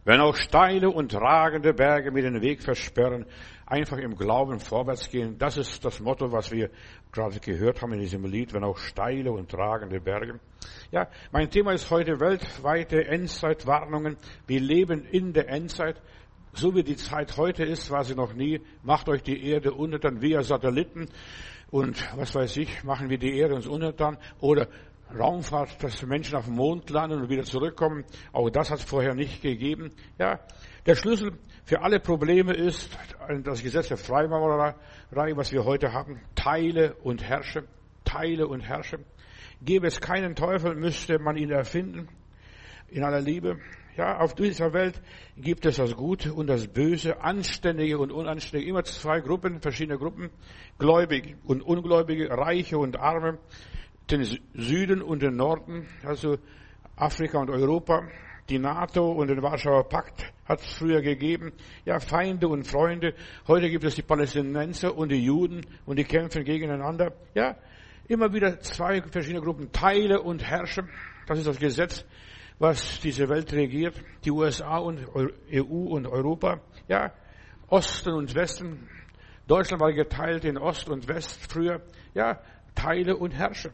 Wenn auch steile und ragende Berge mir den Weg versperren, einfach im Glauben vorwärts gehen. Das ist das Motto, was wir gerade gehört haben in diesem Lied. Wenn auch steile und ragende Berge. Ja, mein Thema ist heute weltweite Endzeitwarnungen. Wir leben in der Endzeit. So wie die Zeit heute ist, war sie noch nie. Macht euch die Erde untertan via Satelliten. Und was weiß ich, machen wir die Erde uns untertan. Oder Raumfahrt, dass Menschen auf dem Mond landen und wieder zurückkommen. Auch das hat es vorher nicht gegeben. Ja, der Schlüssel für alle Probleme ist das Gesetz der Freimaurerei, was wir heute haben. Teile und herrsche. Teile und herrsche. Gäbe es keinen Teufel, müsste man ihn erfinden. In aller Liebe. Ja, auf dieser Welt gibt es das Gute und das Böse, Anständige und Unanständige. Immer zwei Gruppen, verschiedene Gruppen. Gläubige und Ungläubige, Reiche und Arme. Den Süden und den Norden, also Afrika und Europa, die NATO und den Warschauer Pakt hat es früher gegeben. Ja, Feinde und Freunde. Heute gibt es die Palästinenser und die Juden und die kämpfen gegeneinander. Ja, immer wieder zwei verschiedene Gruppen, Teile und Herrscher. Das ist das Gesetz, was diese Welt regiert. Die USA und EU und Europa. Ja, Osten und Westen. Deutschland war geteilt in Ost und West früher. Ja, Teile und Herrscher.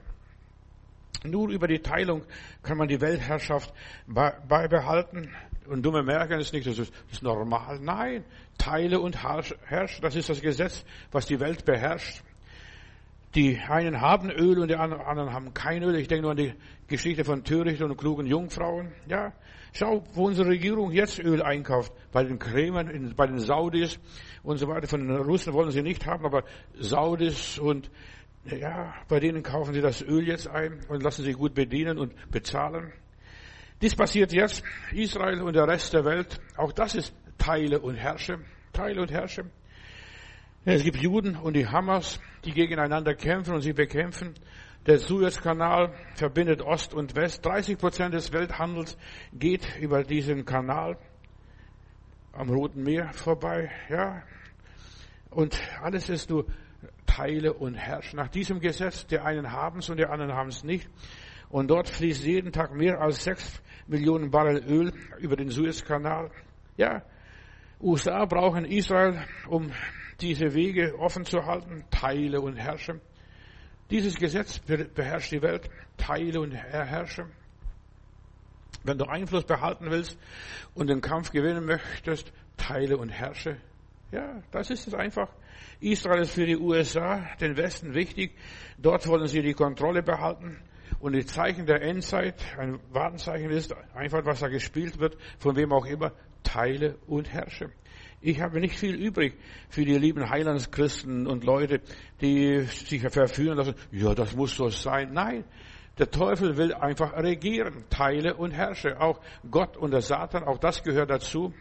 Nur über die Teilung kann man die Weltherrschaft beibehalten. Und dumme merken es nicht, das ist normal. Nein, Teile und Herrsche, das ist das Gesetz, was die Welt beherrscht. Die einen haben Öl und die anderen haben kein Öl. Ich denke nur an die Geschichte von törichten und klugen Jungfrauen. Ja, schau, wo unsere Regierung jetzt Öl einkauft. Bei den Krämern, bei den Saudis und so weiter. Von den Russen wollen sie nicht haben, aber Saudis und ja, bei denen kaufen sie das Öl jetzt ein und lassen sich gut bedienen und bezahlen. Dies passiert jetzt. Israel und der Rest der Welt. Auch das ist Teile und Herrsche. Teile und Herrsche. Es gibt Juden und die Hamas, die gegeneinander kämpfen und sie bekämpfen. Der Suezkanal verbindet Ost und West. 30% des Welthandels geht über diesen Kanal am Roten Meer vorbei. Ja, und alles ist nur Teile und herrschen. Nach diesem Gesetz, die einen haben es und die anderen haben es nicht. Und dort fließt jeden Tag mehr als 6 Millionen Barrel Öl über den Suezkanal. Ja, USA brauchen Israel, um diese Wege offen zu halten. Teile und herrsche. Dieses Gesetz beherrscht die Welt. Teile und herrsche. Wenn du Einfluss behalten willst und den Kampf gewinnen möchtest, teile und herrsche. Ja, das ist es einfach. Israel ist für die USA, den Westen wichtig. Dort wollen sie die Kontrolle behalten. Und die Zeichen der Endzeit, ein Warnzeichen ist einfach, was da gespielt wird, von wem auch immer, teile und herrsche. Ich habe nicht viel übrig für die lieben Heilandschristen und Leute, die sich verführen lassen. Ja, das muss so sein. Nein, der Teufel will einfach regieren, teile und herrsche. Auch Gott und der Satan, auch das gehört dazu.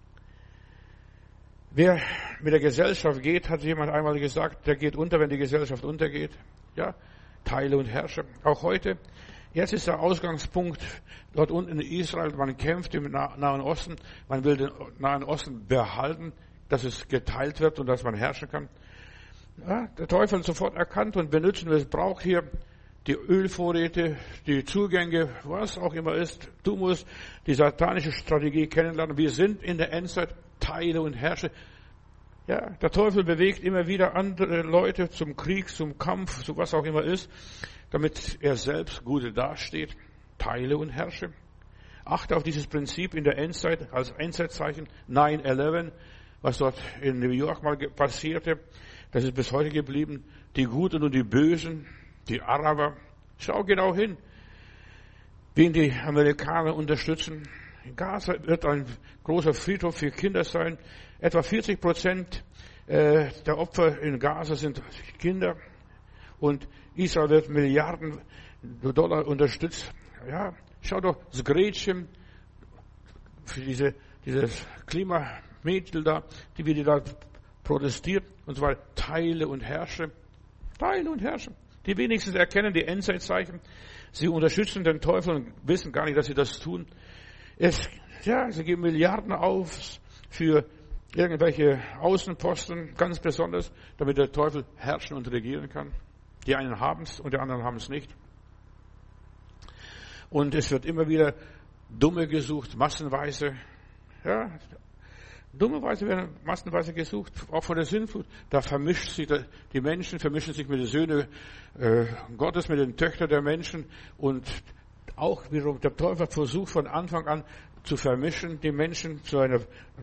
Wer mit der Gesellschaft geht, hat jemand einmal gesagt, der geht unter, wenn die Gesellschaft untergeht. Ja, teile und herrsche. Auch heute. Jetzt ist der Ausgangspunkt dort unten in Israel. Man kämpft im Nahen Osten. Man will den Nahen Osten behalten, dass es geteilt wird und dass man herrschen kann. Ja, der Teufel hat sofort erkannt und benutzt. Es braucht hier die Ölvorräte, die Zugänge, was auch immer ist. Du musst die satanische Strategie kennenlernen. Wir sind in der Endzeit, teile und herrsche. Ja, der Teufel bewegt immer wieder andere Leute zum Krieg, zum Kampf, zu was auch immer ist, damit er selbst gut dasteht. Teile und herrsche. Achte auf dieses Prinzip in der Endzeit als Endzeitzeichen 9/11, was dort in New York mal passierte. Das ist bis heute geblieben. Die Guten und die Bösen, die Araber. Schau genau hin, wen die Amerikaner unterstützen. In Gaza wird ein großer Friedhof für Kinder sein. Etwa 40% der Opfer in Gaza sind Kinder. Und Israel wird Milliarden Dollar unterstützt. Ja, schau doch, das Gretchen für dieses Klimamädel da, die wieder da protestiert. Und zwar teile und herrsche. Teile und herrsche. Die wenigsten erkennen die Endzeitzeichen. Sie unterstützen den Teufel und wissen gar nicht, dass sie das tun. Sie geben Milliarden auf für irgendwelche Außenposten, ganz besonders, damit der Teufel herrschen und regieren kann. Die einen haben es und die anderen haben es nicht. Und es wird immer wieder Dumme gesucht, massenweise. Ja, dummerweise werden massenweise gesucht, auch vor der Sintflut. Da vermischt sich die Menschen, vermischen sich mit den Söhnen Gottes, mit den Töchtern der Menschen. Und auch wiederum der Teufel versucht von Anfang an zu vermischen, die Menschen zu einer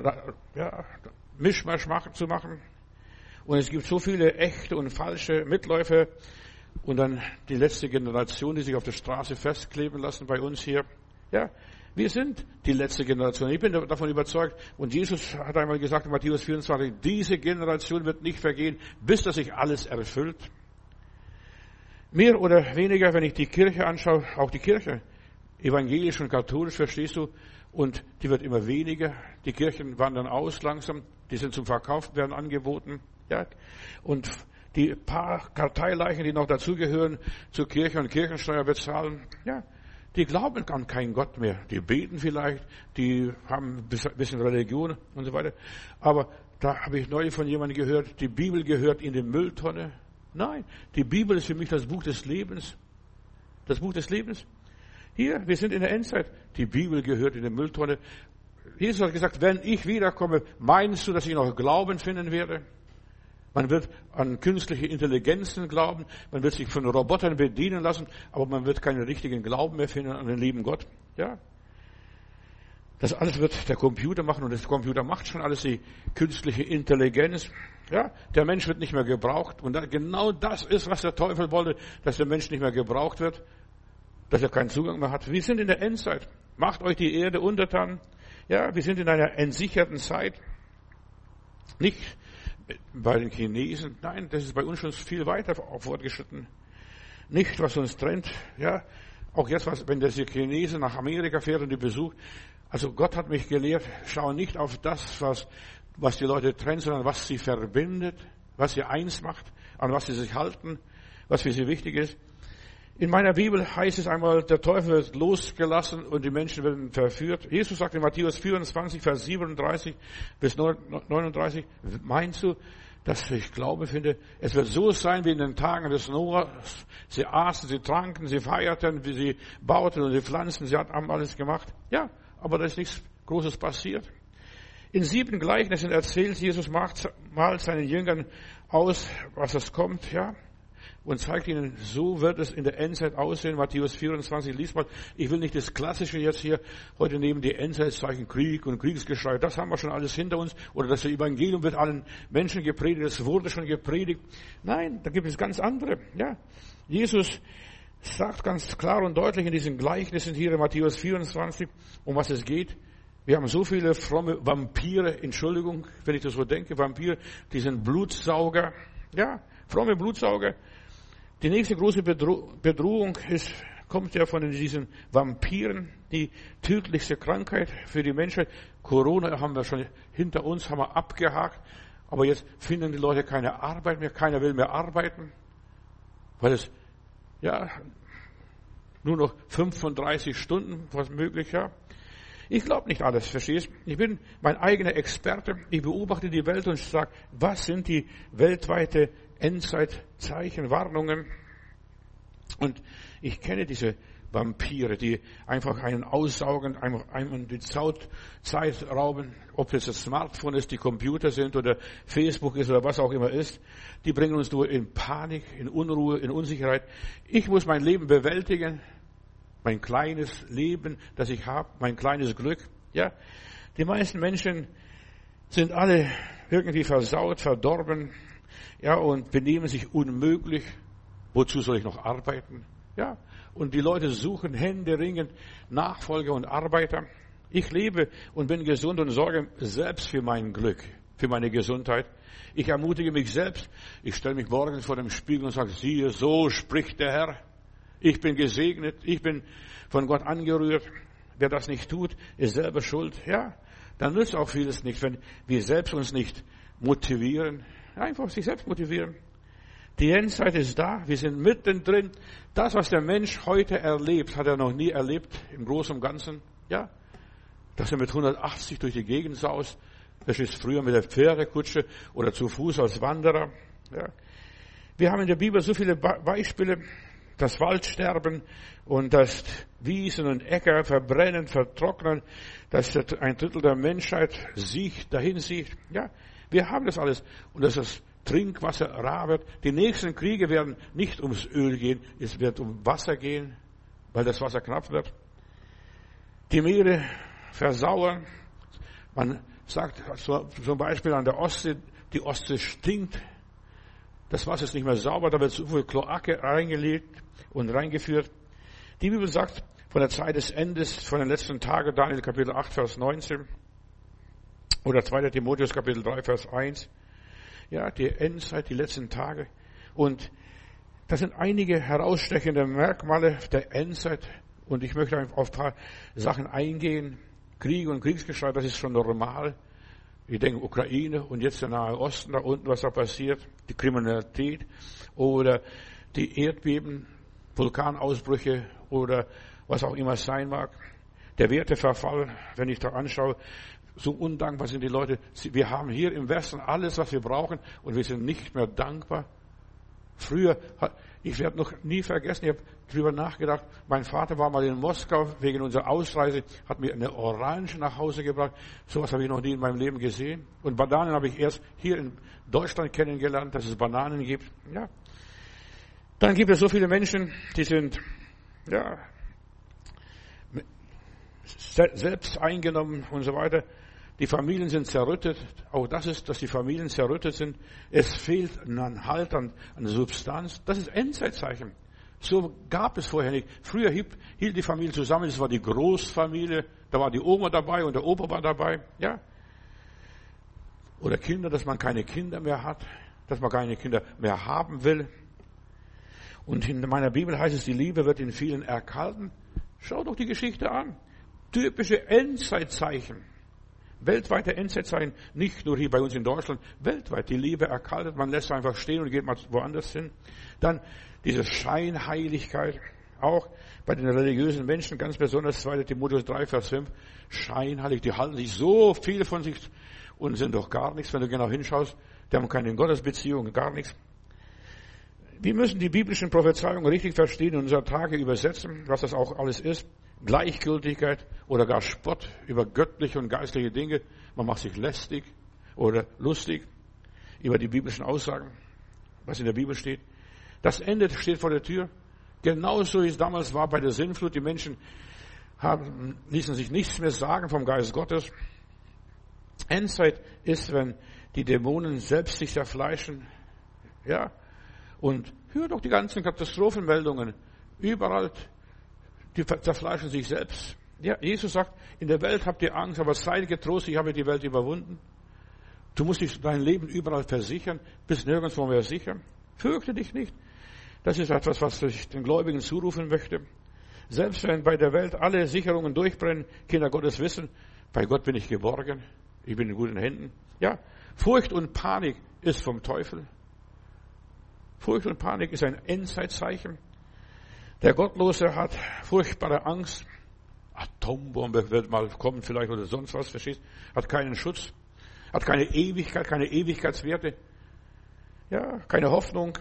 Mischmasch zu machen. Und es gibt so viele echte und falsche Mitläufer. Und dann die letzte Generation, die sich auf der Straße festkleben lassen bei uns hier. Ja, wir sind die letzte Generation. Ich bin davon überzeugt. Und Jesus hat einmal gesagt in Matthäus 24, diese Generation wird nicht vergehen, bis dass sich alles erfüllt. Mehr oder weniger, wenn ich die Kirche anschaue, auch die Kirche, evangelisch und katholisch, verstehst du, und die wird immer weniger. Die Kirchen wandern aus langsam, die sind zum Verkauf, werden angeboten. Ja, und die paar Karteileichen, die noch dazugehören, zur Kirche und Kirchensteuer bezahlen, ja, die glauben an keinen Gott mehr. Die beten vielleicht, die haben ein bisschen Religion und so weiter. Aber da habe ich neulich von jemandem gehört, die Bibel gehört in die Mülltonne. Nein, die Bibel ist für mich das Buch des Lebens. Das Buch des Lebens. Hier, wir sind in der Endzeit. Die Bibel gehört in die Mülltonne. Jesus hat gesagt, wenn ich wiederkomme, meinst du, dass ich noch Glauben finden werde? Man wird an künstliche Intelligenzen glauben, man wird sich von Robotern bedienen lassen, aber man wird keinen richtigen Glauben mehr finden an den lieben Gott. Ja, das alles wird der Computer machen und der Computer macht schon alles, die künstliche Intelligenz. Ja, der Mensch wird nicht mehr gebraucht und genau das ist, was der Teufel wollte, dass der Mensch nicht mehr gebraucht wird, dass er keinen Zugang mehr hat. Wir sind in der Endzeit. Macht euch die Erde untertan. Ja, wir sind in einer entsicherten Zeit. Nicht bei den Chinesen, nein, das ist bei uns schon viel weiter fortgeschritten. Nicht, was uns trennt, ja, auch jetzt, wenn der Chinese nach Amerika fährt und die besucht. Also Gott hat mich gelehrt, schau nicht auf das, was die Leute trennt, sondern was sie verbindet, was sie eins macht, an was sie sich halten, was für sie wichtig ist. In meiner Bibel heißt es einmal, der Teufel wird losgelassen und die Menschen werden verführt. Jesus sagt in Matthäus 24, Vers 37 bis 39, meinst du, dass ich Glaube finde? Es wird so sein wie in den Tagen des Noahs. Sie aßen, sie tranken, sie feierten, wie sie bauten und sie pflanzten, sie haben alles gemacht. Ja, aber da ist nichts Großes passiert. In 7 Gleichnissen erzählt Jesus mal seinen Jüngern aus, was es kommt, ja. Und zeigt ihnen, so wird es in der Endzeit aussehen. Matthäus 24, liest mal. Ich will nicht das Klassische jetzt hier heute nehmen, die Endzeitzeichen, Krieg und Kriegsgeschrei. Das haben wir schon alles hinter uns. Oder das Evangelium wird allen Menschen gepredigt. Es wurde schon gepredigt. Nein, da gibt es ganz andere. Ja, Jesus sagt ganz klar und deutlich in diesen Gleichnissen hier in Matthäus 24, um was es geht. Wir haben so viele fromme Vampire, Entschuldigung, wenn ich das so denke, Vampire, die sind Blutsauger. Ja, fromme Blutsauger. Die nächste große Bedrohung kommt ja von diesen Vampiren, die tödlichste Krankheit für die Menschheit. Corona haben wir schon hinter uns, haben wir abgehakt. Aber jetzt finden die Leute keine Arbeit mehr, keiner will mehr arbeiten, weil es, ja, nur noch 35 Stunden, was möglich, ja. Ich glaube nicht alles, verstehst? Ich bin mein eigener Experte. Ich beobachte die Welt und sage, was sind die weltweite Endzeitzeichen, Warnungen? Und ich kenne diese Vampire, die einfach einen aussaugen, einem die Zeit rauben, ob es das Smartphone ist, die Computer sind oder Facebook ist oder was auch immer ist. Die bringen uns nur in Panik, in Unruhe, in Unsicherheit. Ich muss mein Leben bewältigen. Mein kleines Leben, das ich habe, mein kleines Glück. Ja, die meisten Menschen sind alle irgendwie versaut, verdorben, ja, und benehmen sich unmöglich. Wozu soll ich noch arbeiten? Ja, und die Leute suchen händeringend Nachfolger und Arbeiter. Ich lebe und bin gesund und sorge selbst für mein Glück, für meine Gesundheit. Ich ermutige mich selbst. Ich stelle mich morgens vor dem Spiegel und sage, siehe, so spricht der Herr. Ich bin gesegnet, ich bin von Gott angerührt. Wer das nicht tut, ist selber schuld. Ja, dann nützt auch vieles nicht, wenn wir selbst uns nicht motivieren. Einfach sich selbst motivieren. Die Endzeit ist da, wir sind mittendrin. Das, was der Mensch heute erlebt, hat er noch nie erlebt, im Großen und Ganzen. Ja, dass er mit 180 durch die Gegend saust. Das ist früher mit der Pferdekutsche oder zu Fuß als Wanderer. Ja. Wir haben in der Bibel so viele Beispiele, das Waldsterben und das Wiesen und Äcker verbrennen, vertrocknen, dass ein Drittel der Menschheit dahin sieht. Ja, wir haben das alles. Und dass das Trinkwasser rar wird. Die nächsten Kriege werden nicht ums Öl gehen, es wird um Wasser gehen, weil das Wasser knapp wird. Die Meere versauern. Man sagt zum Beispiel an der Ostsee, die Ostsee stinkt. Das Wasser ist nicht mehr sauber, da wird so viel Kloake reingelegt und reingeführt. Die Bibel sagt von der Zeit des Endes, von den letzten Tagen, Daniel Kapitel 8, Vers 19 oder 2. Timotheus Kapitel 3, Vers 1. Ja, die Endzeit, die letzten Tage. Und das sind einige herausstechende Merkmale der Endzeit. Und ich möchte auf ein paar Sachen eingehen. Krieg und Kriegsgeschrei, das ist schon normal. Ich denke Ukraine und jetzt der Nahe Osten, da unten, was da passiert. Die Kriminalität oder die Erdbeben, Vulkanausbrüche oder was auch immer es sein mag. Der Werteverfall, wenn ich da anschaue, so undankbar sind die Leute. Wir haben hier im Westen alles, was wir brauchen und wir sind nicht mehr dankbar. Früher, ich werde noch nie vergessen, ich habe drüber nachgedacht, mein Vater war mal in Moskau wegen unserer Ausreise, hat mir eine Orange nach Hause gebracht. Sowas habe ich noch nie in meinem Leben gesehen. Und Bananen habe ich erst hier in Deutschland kennengelernt, dass es Bananen gibt. Ja. Dann gibt es so viele Menschen, die sind, ja, selbst eingenommen und so weiter. Die Familien sind zerrüttet. Auch das ist, dass die Familien zerrüttet sind. Es fehlt an Halt, an Substanz. Das ist Endzeitzeichen. So gab es vorher nicht. Früher hielt die Familie zusammen. Das war die Großfamilie. Da war die Oma dabei und der Opa war dabei. Ja. Oder Kinder, dass man keine Kinder mehr hat. Dass man keine Kinder mehr haben will. Und in meiner Bibel heißt es, die Liebe wird in vielen erkalten. Schau doch die Geschichte an. Typische Endzeitzeichen. Weltweite Endzeitzeichen, nicht nur hier bei uns in Deutschland, weltweit. Die Liebe erkaltet, man lässt einfach stehen und geht mal woanders hin. Dann diese Scheinheiligkeit, auch bei den religiösen Menschen, ganz besonders 2. Timotheus 3, Vers 5, scheinheilig, die halten sich so viel von sich und sind doch gar nichts, wenn du genau hinschaust. Die haben keine Gottesbeziehung, gar nichts. Wir müssen die biblischen Prophezeiungen richtig verstehen und unsere Tage übersetzen, was das auch alles ist. Gleichgültigkeit oder gar Spott über göttliche und geistliche Dinge. Man macht sich lästig oder lustig über die biblischen Aussagen, was in der Bibel steht. Das Ende steht vor der Tür. Genauso wie es damals war bei der Sintflut. Die Menschen ließen sich nichts mehr sagen vom Geist Gottes. Endzeit ist, wenn die Dämonen selbst sich zerfleischen. Ja. Und hör doch die ganzen Katastrophenmeldungen. Überall. Die zerfleischen sich selbst. Ja, Jesus sagt, in der Welt habt ihr Angst, aber seid getrost, ich habe die Welt überwunden. Du musst dich dein Leben überall versichern, bist nirgendwo mehr sicher. Fürchte dich nicht. Das ist etwas, was ich den Gläubigen zurufen möchte. Selbst wenn bei der Welt alle Sicherungen durchbrennen, Kinder Gottes wissen, bei Gott bin ich geborgen, ich bin in guten Händen. Ja, Furcht und Panik ist vom Teufel. Furcht und Panik ist ein Endzeitzeichen. Der Gottlose hat furchtbare Angst. Atombombe wird mal kommen vielleicht oder sonst was, verstehst? Hat keinen Schutz, hat keine Ewigkeit, keine Ewigkeitswerte. Ja, keine Hoffnung,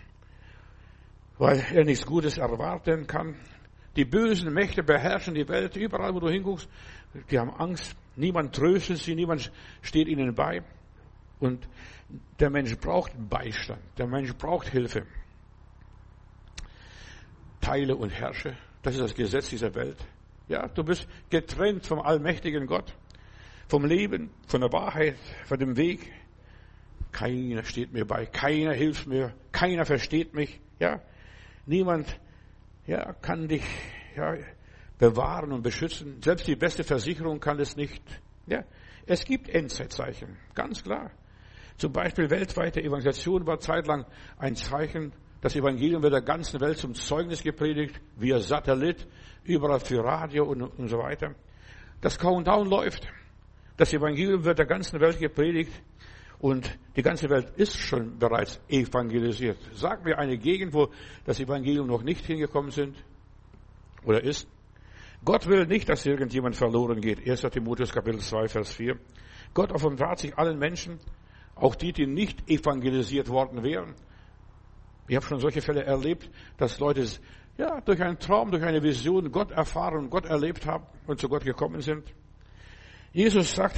weil er nichts Gutes erwarten kann. Die bösen Mächte beherrschen die Welt. Überall, wo du hinguckst, die haben Angst. Niemand tröstet sie, niemand steht ihnen bei. Und der Mensch braucht Beistand. Der Mensch braucht Hilfe. Teile und herrsche. Das ist das Gesetz dieser Welt. Ja, du bist getrennt vom allmächtigen Gott, vom Leben, von der Wahrheit, von dem Weg. Keiner steht mir bei, keiner hilft mir, keiner versteht mich. Ja, niemand, ja, kann dich, ja, bewahren und beschützen. Selbst die beste Versicherung kann es nicht. Ja, es gibt Endzeitzeichen, ganz klar. Zum Beispiel weltweite Evangelisation war zeitlang ein Zeichen. Das Evangelium wird der ganzen Welt zum Zeugnis gepredigt, via Satellit, überall für Radio und so weiter. Das Countdown läuft. Das Evangelium wird der ganzen Welt gepredigt und die ganze Welt ist schon bereits evangelisiert. Sag mir eine Gegend, wo das Evangelium noch nicht hingekommen sind oder ist. Gott will nicht, dass irgendjemand verloren geht. 1. Timotheus Kapitel 2, Vers 4. Gott offenbart sich allen Menschen, auch die nicht evangelisiert worden wären. Ich habe schon solche Fälle erlebt, dass Leute durch einen Traum, durch eine Vision Gott erfahren und Gott erlebt haben und zu Gott gekommen sind. Jesus sagt,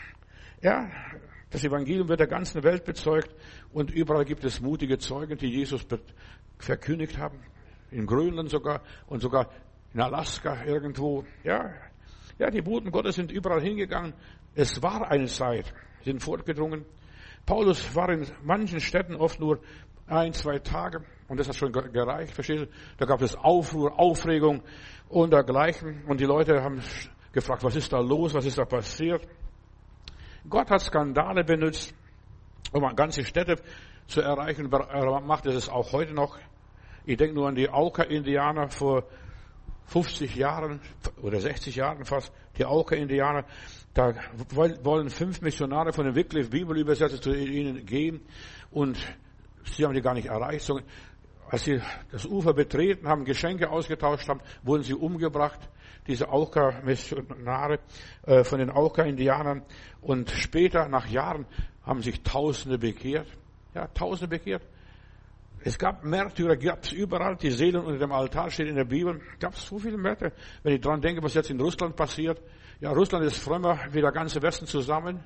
das Evangelium wird der ganzen Welt bezeugt und überall gibt es mutige Zeugen, die Jesus verkündigt haben. In Grönland sogar und sogar in Alaska irgendwo. Die Boten Gottes sind überall hingegangen. Es war eine Zeit, sind fortgedrungen. Paulus war in manchen Städten oft nur 1-2 Tage und das hat schon gereicht, verstehst du? Da gab es Aufruhr, Aufregung und dergleichen und die Leute haben gefragt, was ist da los, was ist da passiert? Gott hat Skandale benutzt, um ganze Städte zu erreichen. Er macht es auch heute noch. Ich denke nur an die Auka-Indianer vor 50 Jahren oder 60 Jahren fast. Die Auka-Indianer, da wollen 5 Missionare von den Wycliffe Bibelübersetzer zu ihnen gehen und sie haben die gar nicht erreicht. Sondern als sie das Ufer betreten haben, Geschenke ausgetauscht haben, wurden sie umgebracht. Diese Auka-Missionare von den Auka-Indianern. Und später, nach Jahren, haben sich Tausende bekehrt. Ja, Tausende bekehrt. Es gab Märtyrer, gab es überall. Die Seelen unter dem Altar steht in der Bibel. Gab es so viele Märtyrer. Wenn ich dran denke, was jetzt in Russland passiert. Ja, Russland ist frömmer wie der ganze Westen zusammen.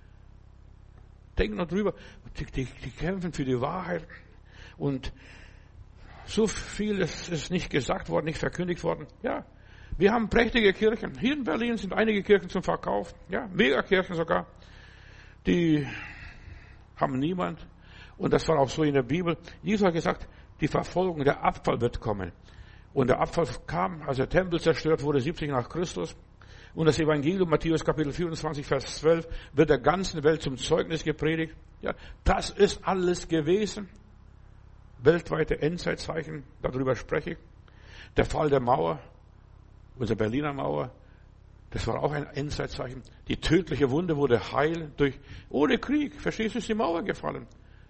Denken noch drüber. Die kämpfen für die Wahrheit. Und so viel ist nicht gesagt worden, nicht verkündigt worden. Ja, wir haben prächtige Kirchen. Hier in Berlin sind einige Kirchen zum Verkauf. Ja, Megakirchen sogar. Die haben niemand. Und das war auch so in der Bibel. Jesus hat gesagt, die Verfolgung, der Abfall wird kommen. Und der Abfall kam, als der Tempel zerstört wurde, 70 nach Christus. Und das Evangelium, Matthäus Kapitel 24, Vers 12, wird der ganzen Welt zum Zeugnis gepredigt. Ja, das ist alles gewesen. Weltweite Endzeitzeichen, darüber spreche ich. Der Fall der Mauer, unsere Berliner Mauer, das war auch ein Endzeitzeichen. Die tödliche Wunde wurde heil ohne Krieg. Verstehst du, ist die Mauer gefallen.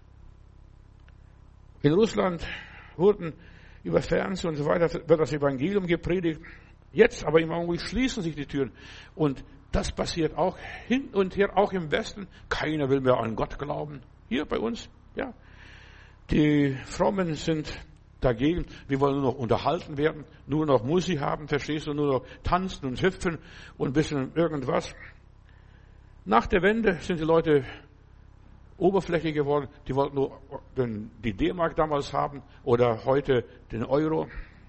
In Russland wurden über Fernsehen und so weiter, wird das Evangelium gepredigt. Jetzt aber im Augenblick schließen sich die Türen. Und das passiert auch hin und her, auch im Westen. Keiner will mehr an Gott glauben. Hier bei uns, ja. Die Frommen sind dagegen. Wir wollen nur noch unterhalten werden, nur noch Musik haben, verstehst du, nur noch tanzen und hüpfen und ein bisschen irgendwas. Nach der Wende sind die Leute oberflächlich geworden. Die wollten nur die D-Mark damals haben oder heute den Euro.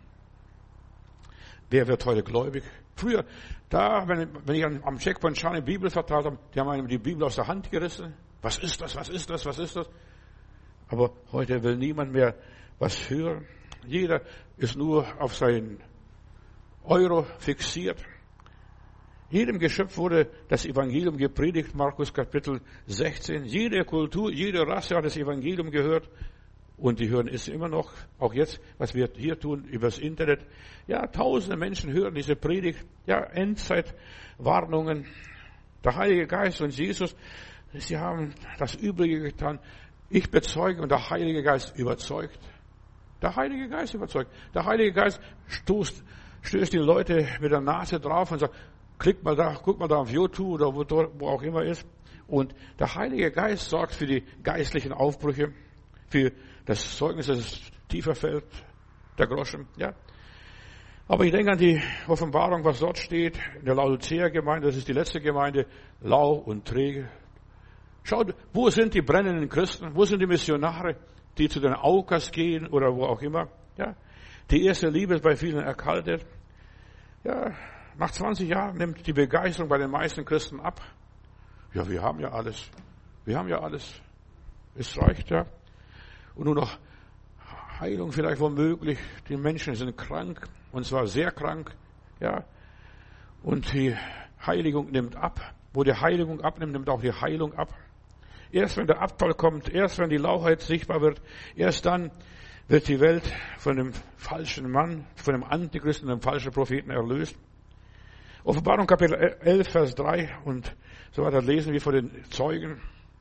Wer wird heute gläubig? Früher, wenn ich am Checkpoint Schein die Bibel verteilt habe, die haben einem die Bibel aus der Hand gerissen. Was ist das? Was ist das? Was ist das? Aber heute will niemand mehr was hören. Jeder ist nur auf seinen Euro fixiert. Jedem Geschöpf wurde das Evangelium gepredigt, Markus Kapitel 16. Jede Kultur, jede Rasse hat das Evangelium gehört. Und die hören es immer noch, auch jetzt, was wir hier tun, übers Internet. Ja, tausende Menschen hören diese Predigt. Ja, Endzeitwarnungen. Der Heilige Geist und Jesus, sie haben das Übrige getan. Ich bezeuge und der Heilige Geist überzeugt. Der Heilige Geist überzeugt. Der Heilige Geist stößt die Leute mit der Nase drauf und sagt, guck mal da auf YouTube oder wo auch immer ist. Und der Heilige Geist sorgt für die geistlichen Aufbrüche, für das Zeugnis, dass es tiefer fällt, der Groschen, ja. Aber ich denke an die Offenbarung, was dort steht, in der Laodicea-Gemeinde, das ist die letzte Gemeinde, lau und träge. Schaut, wo sind die brennenden Christen? Wo sind die Missionare, die zu den Aukas gehen oder wo auch immer? Ja, die erste Liebe ist bei vielen erkaltet. Ja, nach 20 Jahren nimmt die Begeisterung bei den meisten Christen ab. Ja, wir haben ja alles. Wir haben ja alles. Es reicht ja. Und nur noch Heilung vielleicht womöglich. Die Menschen sind krank, und zwar sehr krank. Ja, und die Heiligung nimmt ab. Wo die Heiligung abnimmt, nimmt auch die Heilung ab. Erst wenn der Abfall kommt, erst wenn die Lauheit sichtbar wird, erst dann wird die Welt von dem falschen Mann, von dem Antichristen, dem falschen Propheten erlöst. Offenbarung Kapitel 11, Vers 3 und so weiter lesen wir von den Zeugen,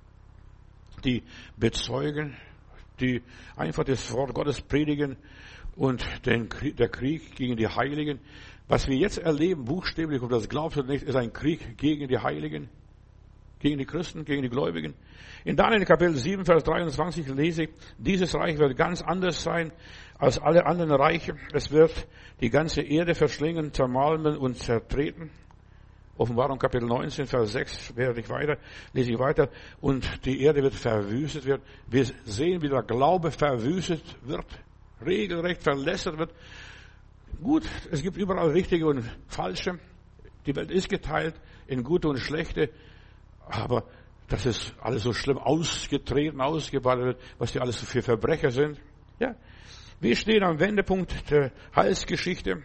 die bezeugen, die einfach das Wort Gottes predigen und der Krieg gegen die Heiligen. Was wir jetzt erleben, buchstäblich, ob das glaubst oder nicht, ist ein Krieg gegen die Heiligen. gegen die Christen, gegen die Gläubigen. In Daniel Kapitel 7, Vers 23 lese ich, dieses Reich wird ganz anders sein als alle anderen Reiche. Es wird die ganze Erde verschlingen, zermalmen und zertreten. Offenbarung Kapitel 19, Vers 6 lese ich weiter. Und die Erde wird verwüstet werden. Wir sehen, wie der Glaube verwüstet wird, regelrecht verlässert wird. Gut, es gibt überall richtige und falsche. Die Welt ist geteilt in gute und schlechte. Aber dass es alles so schlimm ausgetreten, ausgebadet wird, was die alles für Verbrecher sind. Ja, wir stehen am Wendepunkt der Heilsgeschichte.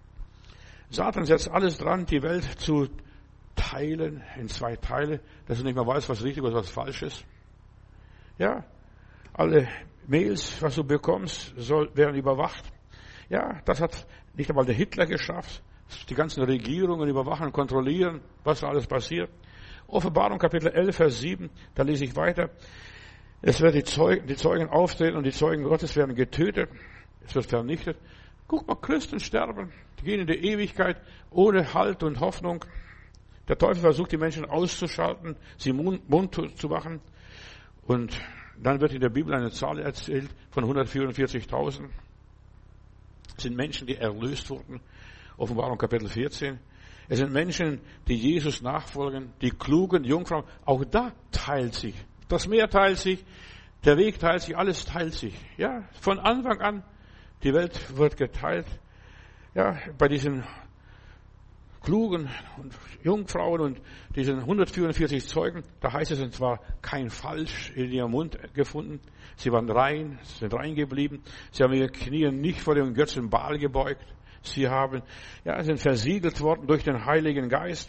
Satan setzt alles dran, die Welt zu teilen in zwei Teile, dass du nicht mehr weißt, was richtig und was falsch ist. Ja, alle Mails, was du bekommst, werden überwacht. Ja, das hat nicht einmal der Hitler geschafft. Die ganzen Regierungen überwachen und kontrollieren, was da alles passiert. Offenbarung Kapitel 11, Vers 7, da lese ich weiter. Es wird die Zeugen auftreten und die Zeugen Gottes werden getötet. Es wird vernichtet. Guck mal, Christen sterben. Die gehen in die Ewigkeit ohne Halt und Hoffnung. Der Teufel versucht, die Menschen auszuschalten, sie mundtot zu machen. Und dann wird in der Bibel eine Zahl erzählt von 144.000. Es sind Menschen, die erlöst wurden. Offenbarung Kapitel 14. Es sind Menschen, die Jesus nachfolgen, die klugen Jungfrauen. Auch da teilt sich. Das Meer teilt sich, der Weg teilt sich, alles teilt sich. Ja, von Anfang an, die Welt wird geteilt. Ja, bei diesen klugen Jungfrauen und diesen 144 Zeugen, da heißt es, es war kein Falsch in ihrem Mund gefunden. Sie waren rein, sind rein geblieben. Sie haben ihre Knie nicht vor dem Götzen Baal gebeugt. Sie sind versiegelt worden durch den Heiligen Geist.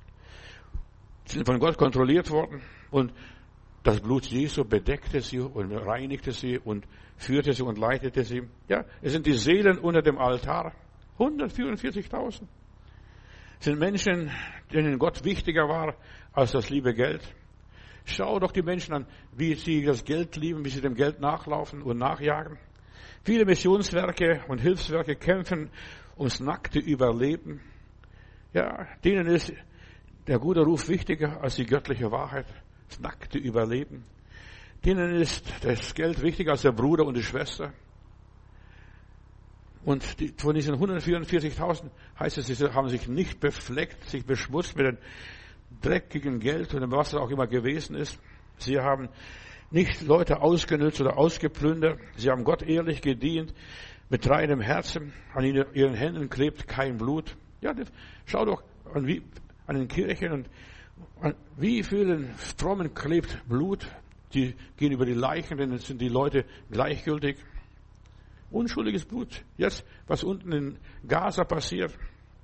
Sie sind von Gott kontrolliert worden. Und das Blut Jesu bedeckte sie und reinigte sie und führte sie und leitete sie. Ja, es sind die Seelen unter dem Altar. 144.000. Es sind Menschen, denen Gott wichtiger war als das liebe Geld. Schau doch die Menschen an, wie sie das Geld lieben, wie sie dem Geld nachlaufen und nachjagen. Viele Missionswerke und Hilfswerke kämpfen ums nackte Überleben. Ja, denen ist der gute Ruf wichtiger als die göttliche Wahrheit. Das nackte Überleben. Denen ist das Geld wichtiger als der Bruder und die Schwester. Und von diesen 144.000 heißt es, sie haben sich nicht befleckt, sich beschmutzt mit dem dreckigen Geld und was es auch immer gewesen ist. Sie haben nicht Leute ausgenutzt oder ausgeplündert. Sie haben Gott ehrlich gedient, mit reinem Herzen. An ihren Händen klebt kein Blut. Ja, schau doch an den Kirchen und an wie vielen Frommen klebt Blut. Die gehen über die Leichen, denn es sind die Leute gleichgültig. Unschuldiges Blut. Jetzt, was unten in Gaza passiert.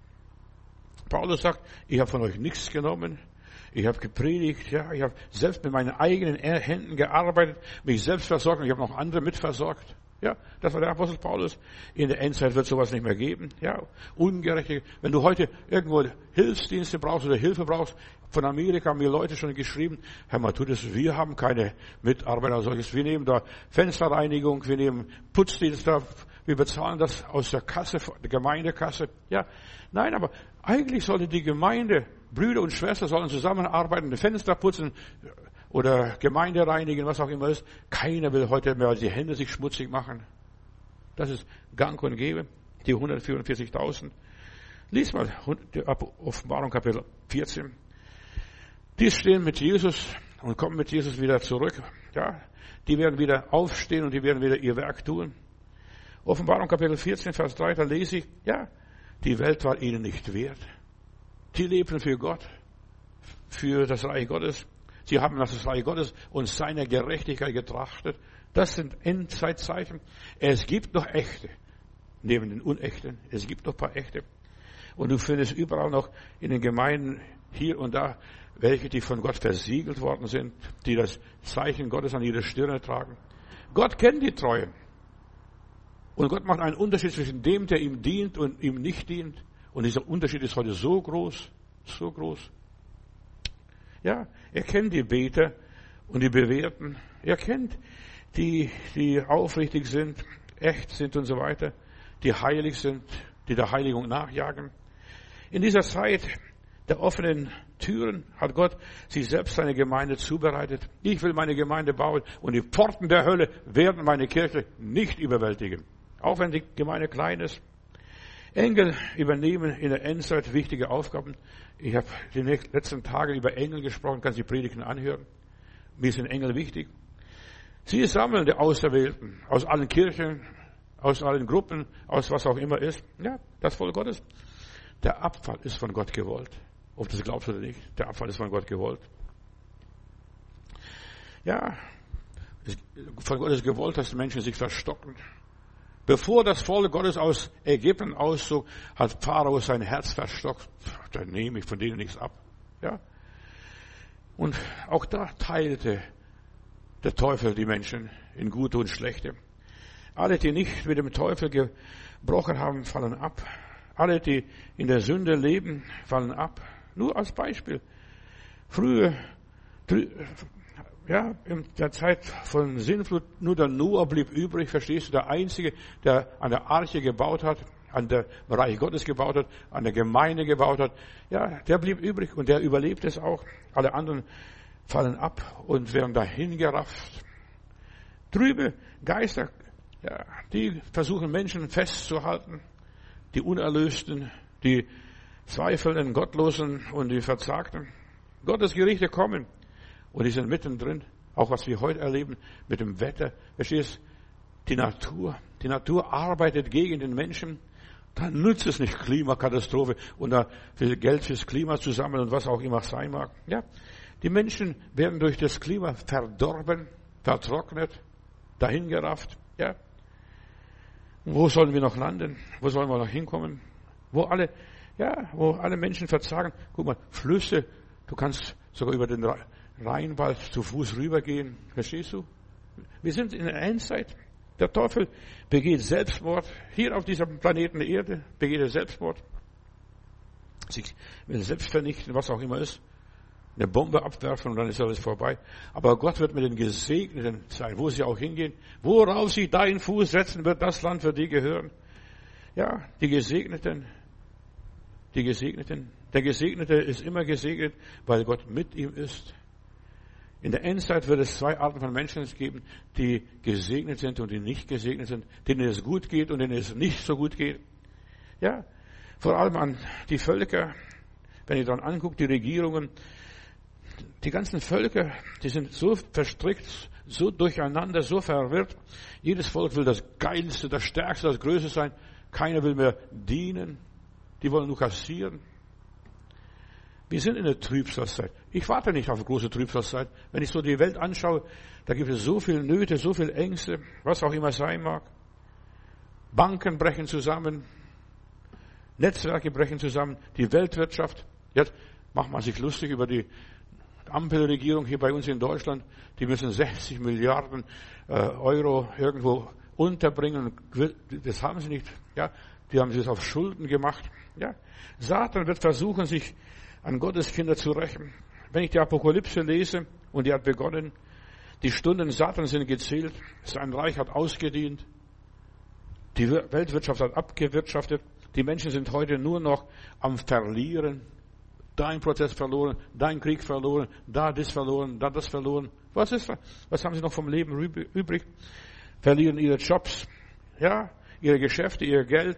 Paulus sagt, ich habe von euch nichts genommen. Ich habe gepredigt, ja, ich habe selbst mit meinen eigenen Händen gearbeitet, mich selbst versorgt und ich habe noch andere mitversorgt. Ja, das war der Apostel Paulus. In der Endzeit wird sowas nicht mehr geben. Ja, ungerechte. Wenn du heute irgendwo Hilfsdienste brauchst oder Hilfe brauchst, von Amerika haben mir Leute schon geschrieben, Herr Matthäus, wir haben keine Mitarbeiter oder solches. Wir nehmen da Fensterreinigung, wir nehmen Putzdienst da, wir bezahlen das aus der Kasse, der Gemeindekasse. Ja, nein, aber eigentlich sollte die Gemeinde, Brüder und Schwestern sollen zusammenarbeiten, die Fenster putzen oder Gemeinde reinigen, was auch immer ist. Keiner will heute mehr die Hände sich schmutzig machen. Das ist gang und gäbe. Die 144.000. Lies mal die Offenbarung Kapitel 14. Die stehen mit Jesus und kommen mit Jesus wieder zurück. Ja, die werden wieder aufstehen und die werden wieder ihr Werk tun. Offenbarung Kapitel 14, Vers 3, da lese ich, ja, die Welt war ihnen nicht wert. Die lebten für Gott, für das Reich Gottes. Sie haben nach das Reich Gottes und seiner Gerechtigkeit getrachtet. Das sind Endzeitzeichen. Es gibt noch Echte, neben den Unechten. Es gibt noch ein paar Echte. Und du findest überall noch in den Gemeinden hier und da welche, die von Gott versiegelt worden sind, die das Zeichen Gottes an ihre Stirne tragen. Gott kennt die Treuen. Und Gott macht einen Unterschied zwischen dem, der ihm dient und ihm nicht dient. Und dieser Unterschied ist heute so groß, so groß. Ja, er kennt die Beter und die Bewährten. Er kennt die aufrichtig sind, echt sind und so weiter, die heilig sind, die der Heiligung nachjagen. In dieser Zeit der offenen Türen hat Gott sich selbst seine Gemeinde zubereitet. Ich will meine Gemeinde bauen und die Pforten der Hölle werden meine Kirche nicht überwältigen. Auch wenn die Gemeinde klein ist. Engel übernehmen in der Endzeit wichtige Aufgaben. Ich habe die letzten Tage über Engel gesprochen, kannst die Predigten anhören. Mir sind Engel wichtig. Sie sammeln die Auserwählten aus allen Kirchen, aus allen Gruppen, aus was auch immer ist. Ja, das Volk Gottes. Der Abfall ist von Gott gewollt. Ob du das glaubst oder nicht, der Abfall ist von Gott gewollt. Ja, von Gott ist gewollt, dass die Menschen sich verstocken. Bevor das Volk Gottes aus Ägypten auszog, hat Pharao sein Herz verstockt. Da nehme ich von denen nichts ab. Ja. Und auch da teilte der Teufel die Menschen in gute und schlechte. Alle, die nicht mit dem Teufel gebrochen haben, fallen ab. Alle, die in der Sünde leben, fallen ab. Nur als Beispiel. Früher, ja, in der Zeit von Sintflut, nur der Noah blieb übrig, verstehst du, der Einzige, der an der Arche gebaut hat, an der Reich Gottes gebaut hat, an der Gemeinde gebaut hat, ja, der blieb übrig und der überlebt es auch. Alle anderen fallen ab und werden dahingerafft. Trübe Geister, ja, die versuchen Menschen festzuhalten, die Unerlösten, die Zweifelnden, Gottlosen und die Verzagten. Gottes Gerichte kommen. Und die sind mittendrin, auch was wir heute erleben mit dem Wetter. Verstehst du? Die Natur arbeitet gegen den Menschen. Dann nützt es nicht Klimakatastrophe und da viel Geld fürs Klima zu sammeln und was auch immer sein mag. Ja, die Menschen werden durch das Klima verdorben, vertrocknet, dahingerafft. Ja, und wo sollen wir noch landen? Wo sollen wir noch hinkommen? Wo alle Menschen verzagen. Guck mal, Flüsse, du kannst sogar über den Rheinwald zu Fuß rübergehen. Verstehst du? Wir sind in der Endzeit. Der Teufel begeht Selbstmord. Hier auf diesem Planeten Erde begeht er Selbstmord. Sich will selbst vernichten, was auch immer ist. Eine Bombe abwerfen und dann ist alles vorbei. Aber Gott wird mit den Gesegneten sein, wo sie auch hingehen. Worauf sie deinen Fuß setzen, wird das Land für die gehören. Ja, die Gesegneten. Der Gesegnete ist immer gesegnet, weil Gott mit ihm ist. In der Endzeit wird es zwei Arten von Menschen geben, die gesegnet sind und die nicht gesegnet sind, denen es gut geht und denen es nicht so gut geht. Ja, vor allem an die Völker, wenn ihr dann anguckt, die Regierungen, die ganzen Völker, die sind so verstrickt, so durcheinander, so verwirrt. Jedes Volk will das Geilste, das Stärkste, das Größte sein. Keiner will mehr dienen. Die wollen nur kassieren. Wir sind in der Trübsalzeit. Ich warte nicht auf eine große Trübsalzeit. Wenn ich so die Welt anschaue, da gibt es so viele Nöte, so viele Ängste, was auch immer sein mag. Banken brechen zusammen, Netzwerke brechen zusammen, die Weltwirtschaft. Jetzt macht man sich lustig über die Ampelregierung hier bei uns in Deutschland. Die müssen 60 Milliarden Euro irgendwo unterbringen. Das haben sie nicht. Ja, die haben es auf Schulden gemacht. Ja, Satan wird versuchen, sich an Gottes Kinder zu rächen. Wenn ich die Apokalypse lese, und die hat begonnen, die Stunden Satans sind gezählt, sein Reich hat ausgedient, die Weltwirtschaft hat abgewirtschaftet, die Menschen sind heute nur noch am Verlieren. Dein Prozess verloren, dein Krieg verloren, da das verloren, da das verloren. Was ist das? Was haben sie noch vom Leben übrig? Verlieren ihre Jobs, ja, ihre Geschäfte, ihr Geld.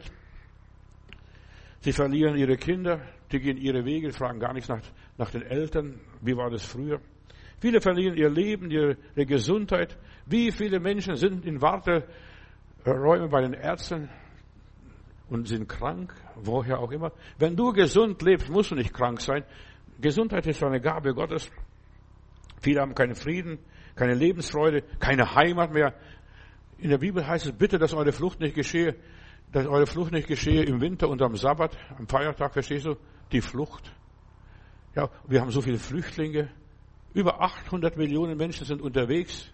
Sie verlieren ihre Kinder, die gehen ihre Wege, fragen gar nichts nach den Eltern. Wie war das früher? Viele verlieren ihr Leben, ihre Gesundheit. Wie viele Menschen sind in Warteräumen bei den Ärzten und sind krank, woher auch immer. Wenn du gesund lebst, musst du nicht krank sein. Gesundheit ist eine Gabe Gottes. Viele haben keinen Frieden, keine Lebensfreude, keine Heimat mehr. In der Bibel heißt es, bitte, dass eure Flucht nicht geschehe im Winter und am Sabbat, am Feiertag, verstehst du? Die Flucht. Ja, wir haben so viele Flüchtlinge. Über 800 Millionen Menschen sind unterwegs.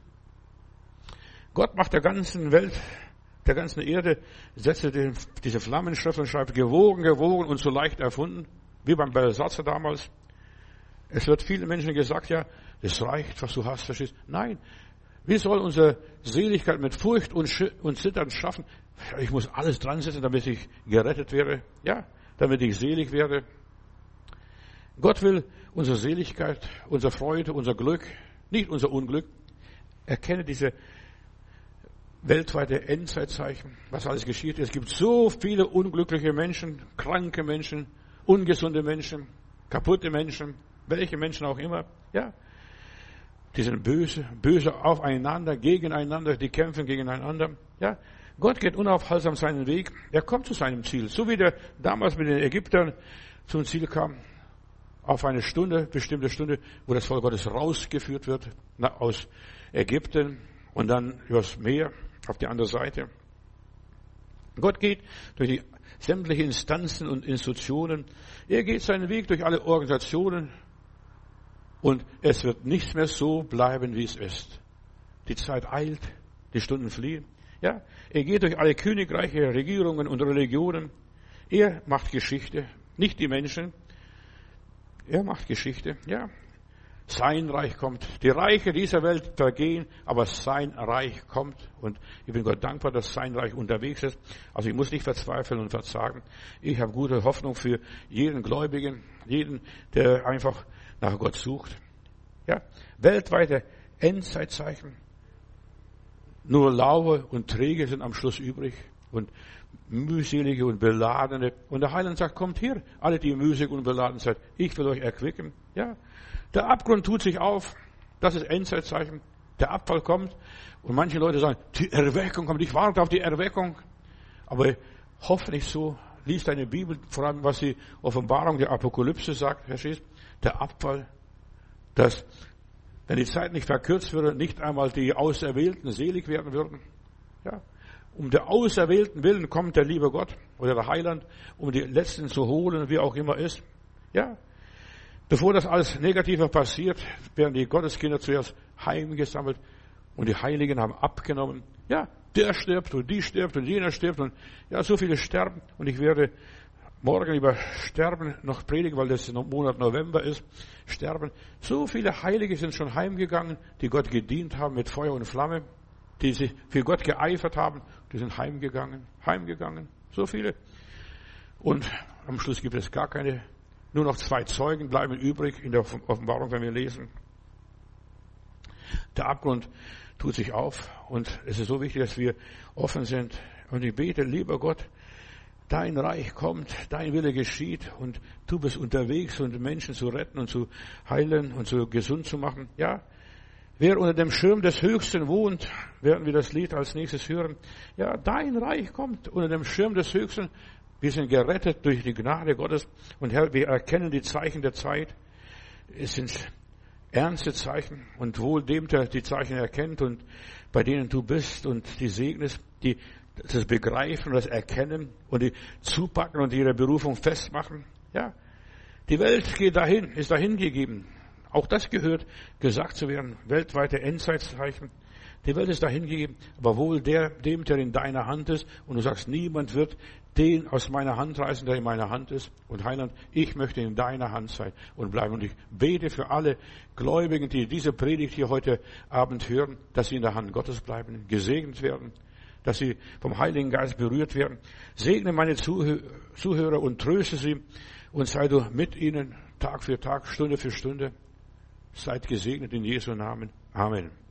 Gott macht der ganzen Welt, der ganzen Erde, setzte diese Flammenschrift und schreibt, gewogen und so leicht erfunden, wie beim Belsatzer damals. Es wird vielen Menschen gesagt, ja, das reicht, was du hast, verstehst? Nein. Wie soll unsere Seligkeit mit Furcht und Zittern schaffen? Ich muss alles dran setzen, damit ich gerettet werde. Ja, damit ich selig werde. Gott will unsere Seligkeit, unsere Freude, unser Glück, nicht unser Unglück. Erkenne diese weltweite Endzeitzeichen, was alles geschieht. Es gibt so viele unglückliche Menschen, kranke Menschen, ungesunde Menschen, kaputte Menschen, welche Menschen auch immer. Ja, die sind böse aufeinander, gegeneinander, die kämpfen gegeneinander. Ja, Gott geht unaufhaltsam seinen Weg. Er kommt zu seinem Ziel. So wie der damals mit den Ägyptern zum Ziel kam, auf eine Stunde, bestimmte Stunde, wo das Volk Gottes rausgeführt wird aus Ägypten und dann übers Meer auf die andere Seite. Gott geht durch die sämtlichen Instanzen und Institutionen. Er geht seinen Weg durch alle Organisationen und es wird nichts mehr so bleiben, wie es ist. Die Zeit eilt, die Stunden fliehen. Ja, er geht durch alle Königreiche, Regierungen und Religionen. Er macht Geschichte, nicht die Menschen. Er macht Geschichte, ja. Sein Reich kommt. Die Reiche dieser Welt vergehen, aber sein Reich kommt. Und ich bin Gott dankbar, dass sein Reich unterwegs ist. Also ich muss nicht verzweifeln und verzagen. Ich habe gute Hoffnung für jeden Gläubigen, jeden, der einfach nach Gott sucht. Ja, weltweite Endzeitzeichen. Nur Laue und Träge sind am Schluss übrig und mühselige und beladene. Und der Heiland sagt, kommt her, alle, die mühselig und beladen seid. Ich will euch erquicken. Ja, der Abgrund tut sich auf. Das ist Endzeitzeichen. Der Abfall kommt. Und manche Leute sagen, die Erweckung kommt. Ich warte auf die Erweckung. Aber hoffe nicht so. Lies deine Bibel, vor allem was die Offenbarung der Apokalypse sagt, Herr Schies. Der Abfall, dass, wenn die Zeit nicht verkürzt würde, nicht einmal die Auserwählten selig werden würden. Ja. Um der Auserwählten willen kommt der liebe Gott oder der Heiland, um die Letzten zu holen, wie auch immer ist. Ja. Bevor das alles Negative passiert, werden die Gotteskinder zuerst heimgesammelt und die Heiligen haben abgenommen. Ja, der stirbt und die stirbt und jener stirbt und ja, so viele sterben. Und ich werde morgen über Sterben noch predigen, weil das Monat November ist. Sterben. So viele Heilige sind schon heimgegangen, die Gott gedient haben mit Feuer und Flamme, die sich für Gott geeifert haben. Die sind heimgegangen. So viele. Und am Schluss gibt es gar keine. Nur noch 2 Zeugen bleiben übrig in der Offenbarung, wenn wir lesen. Der Abgrund tut sich auf und es ist so wichtig, dass wir offen sind. Und ich bete, lieber Gott, dein Reich kommt, dein Wille geschieht und du bist unterwegs, um Menschen zu retten und zu heilen und zu gesund zu machen. Ja, wer unter dem Schirm des Höchsten wohnt, werden wir das Lied als nächstes hören. Ja, dein Reich kommt unter dem Schirm des Höchsten. Wir sind gerettet durch die Gnade Gottes. Und Herr, wir erkennen die Zeichen der Zeit. Es sind ernste Zeichen. Und wohl dem, der die Zeichen erkennt und bei denen du bist und die segnest, die das Begreifen und das Erkennen und die zupacken und ihre Berufung festmachen. Ja, die Welt geht dahin, ist dahin gegeben. Auch das gehört, gesagt zu werden. Weltweite Endzeitzeichen. Die Welt ist dahin gegeben, aber wohl dem, der in deiner Hand ist. Und du sagst, niemand wird den aus meiner Hand reißen, der in meiner Hand ist. Und Heiland, ich möchte in deiner Hand sein und bleiben. Und ich bete für alle Gläubigen, die diese Predigt hier heute Abend hören, dass sie in der Hand Gottes bleiben, gesegnet werden, dass sie vom Heiligen Geist berührt werden. Segne meine Zuhörer und tröste sie und sei du mit ihnen Tag für Tag, Stunde für Stunde. Seid gesegnet in Jesu Namen. Amen.